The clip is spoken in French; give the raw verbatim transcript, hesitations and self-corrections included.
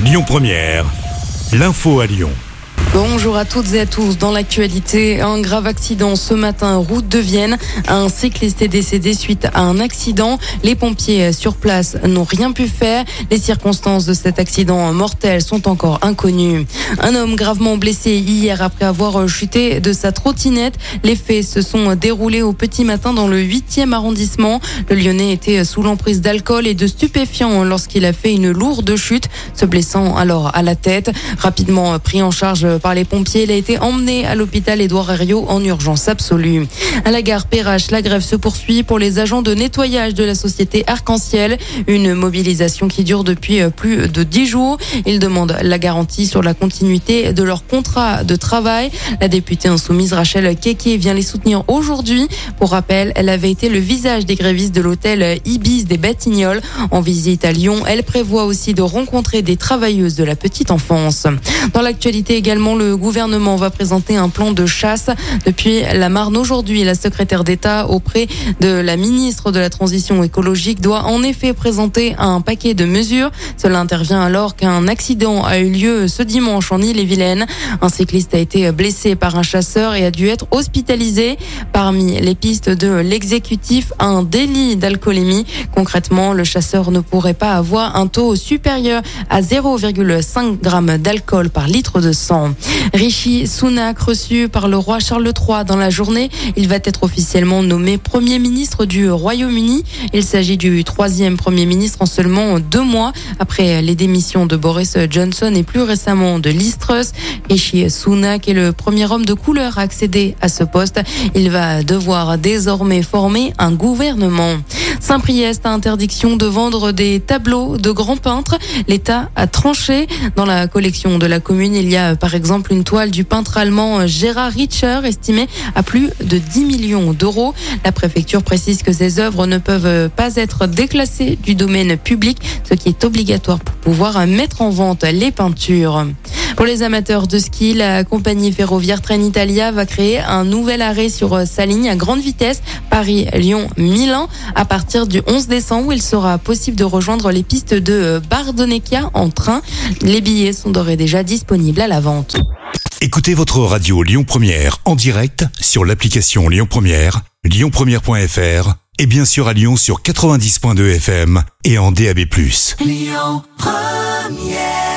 Lyon Première, l'info à Lyon. Bonjour à toutes et à tous. Dans l'actualité, un grave accident ce matin, route de Vienne. Un cycliste est décédé suite à un accident. Les pompiers sur place n'ont rien pu faire. Les circonstances de cet accident mortel sont encore inconnues. Un homme gravement blessé hier après avoir chuté de sa trottinette. Les faits se sont déroulés au petit matin dans le huitième arrondissement. Le Lyonnais était sous l'emprise d'alcool et de stupéfiants lorsqu'il a fait une lourde chute, se blessant alors à la tête. Rapidement pris en charge par les pompiers, il a été emmené à l'hôpital Édouard Herriot en urgence absolue. À la gare Perrache, la grève se poursuit pour les agents de nettoyage de la société Arc-en-Ciel. Une mobilisation qui dure depuis plus de dix jours. Ils demandent la garantie sur la continuité de leur contrat de travail. La députée insoumise Rachel Keke vient les soutenir aujourd'hui. Pour rappel, elle avait été le visage des grévistes de l'hôtel Ibis des Batignolles. En visite à Lyon, elle prévoit aussi de rencontrer des travailleuses de la petite enfance. Dans l'actualité également, le gouvernement va présenter un plan de chasse. Depuis la Marne aujourd'hui, la secrétaire d'État auprès de la ministre de la Transition écologique doit en effet présenter un paquet de mesures. Cela intervient alors qu'un accident a eu lieu ce dimanche en Ille-et-Vilaine. Un cycliste a été blessé par un chasseur et a dû être hospitalisé. Parmi les pistes de l'exécutif, un délit d'alcoolémie. Concrètement, le chasseur ne pourrait pas avoir un taux supérieur à zéro virgule cinq grammes d'alcool par litre de sang. Rishi Sunak, reçu par le roi Charles trois dans la journée, il va être officiellement nommé Premier ministre du Royaume-Uni. Il s'agit du troisième Premier ministre en seulement deux mois, après les démissions de Boris Johnson et plus récemment de Liz Truss. Rishi Sunak est le premier homme de couleur à accéder à ce poste. Il va devoir désormais former un gouvernement. Saint-Priest a interdiction de vendre des tableaux de grands peintres. L'État a tranché. Dans la collection de la commune, il y a par exemple une toile du peintre allemand Gerhard Richter estimée à plus de dix millions d'euros. La préfecture précise que ces œuvres ne peuvent pas être déclassées du domaine public, ce qui est obligatoire pour pouvoir mettre en vente les peintures. Pour les amateurs de ski, la compagnie ferroviaire Trenitalia va créer un nouvel arrêt sur sa ligne à grande vitesse Paris-Lyon-Milan. À partir du onze décembre, il sera possible de rejoindre les pistes de Bardonecchia en train. Les billets sont d'ores et déjà disponibles à la vente. Écoutez votre radio Lyon Première en direct sur l'application Lyon Première, lyon première point f r et bien sûr à Lyon sur quatre-vingt-dix point deux F M et en D A B plus. Lyon Première.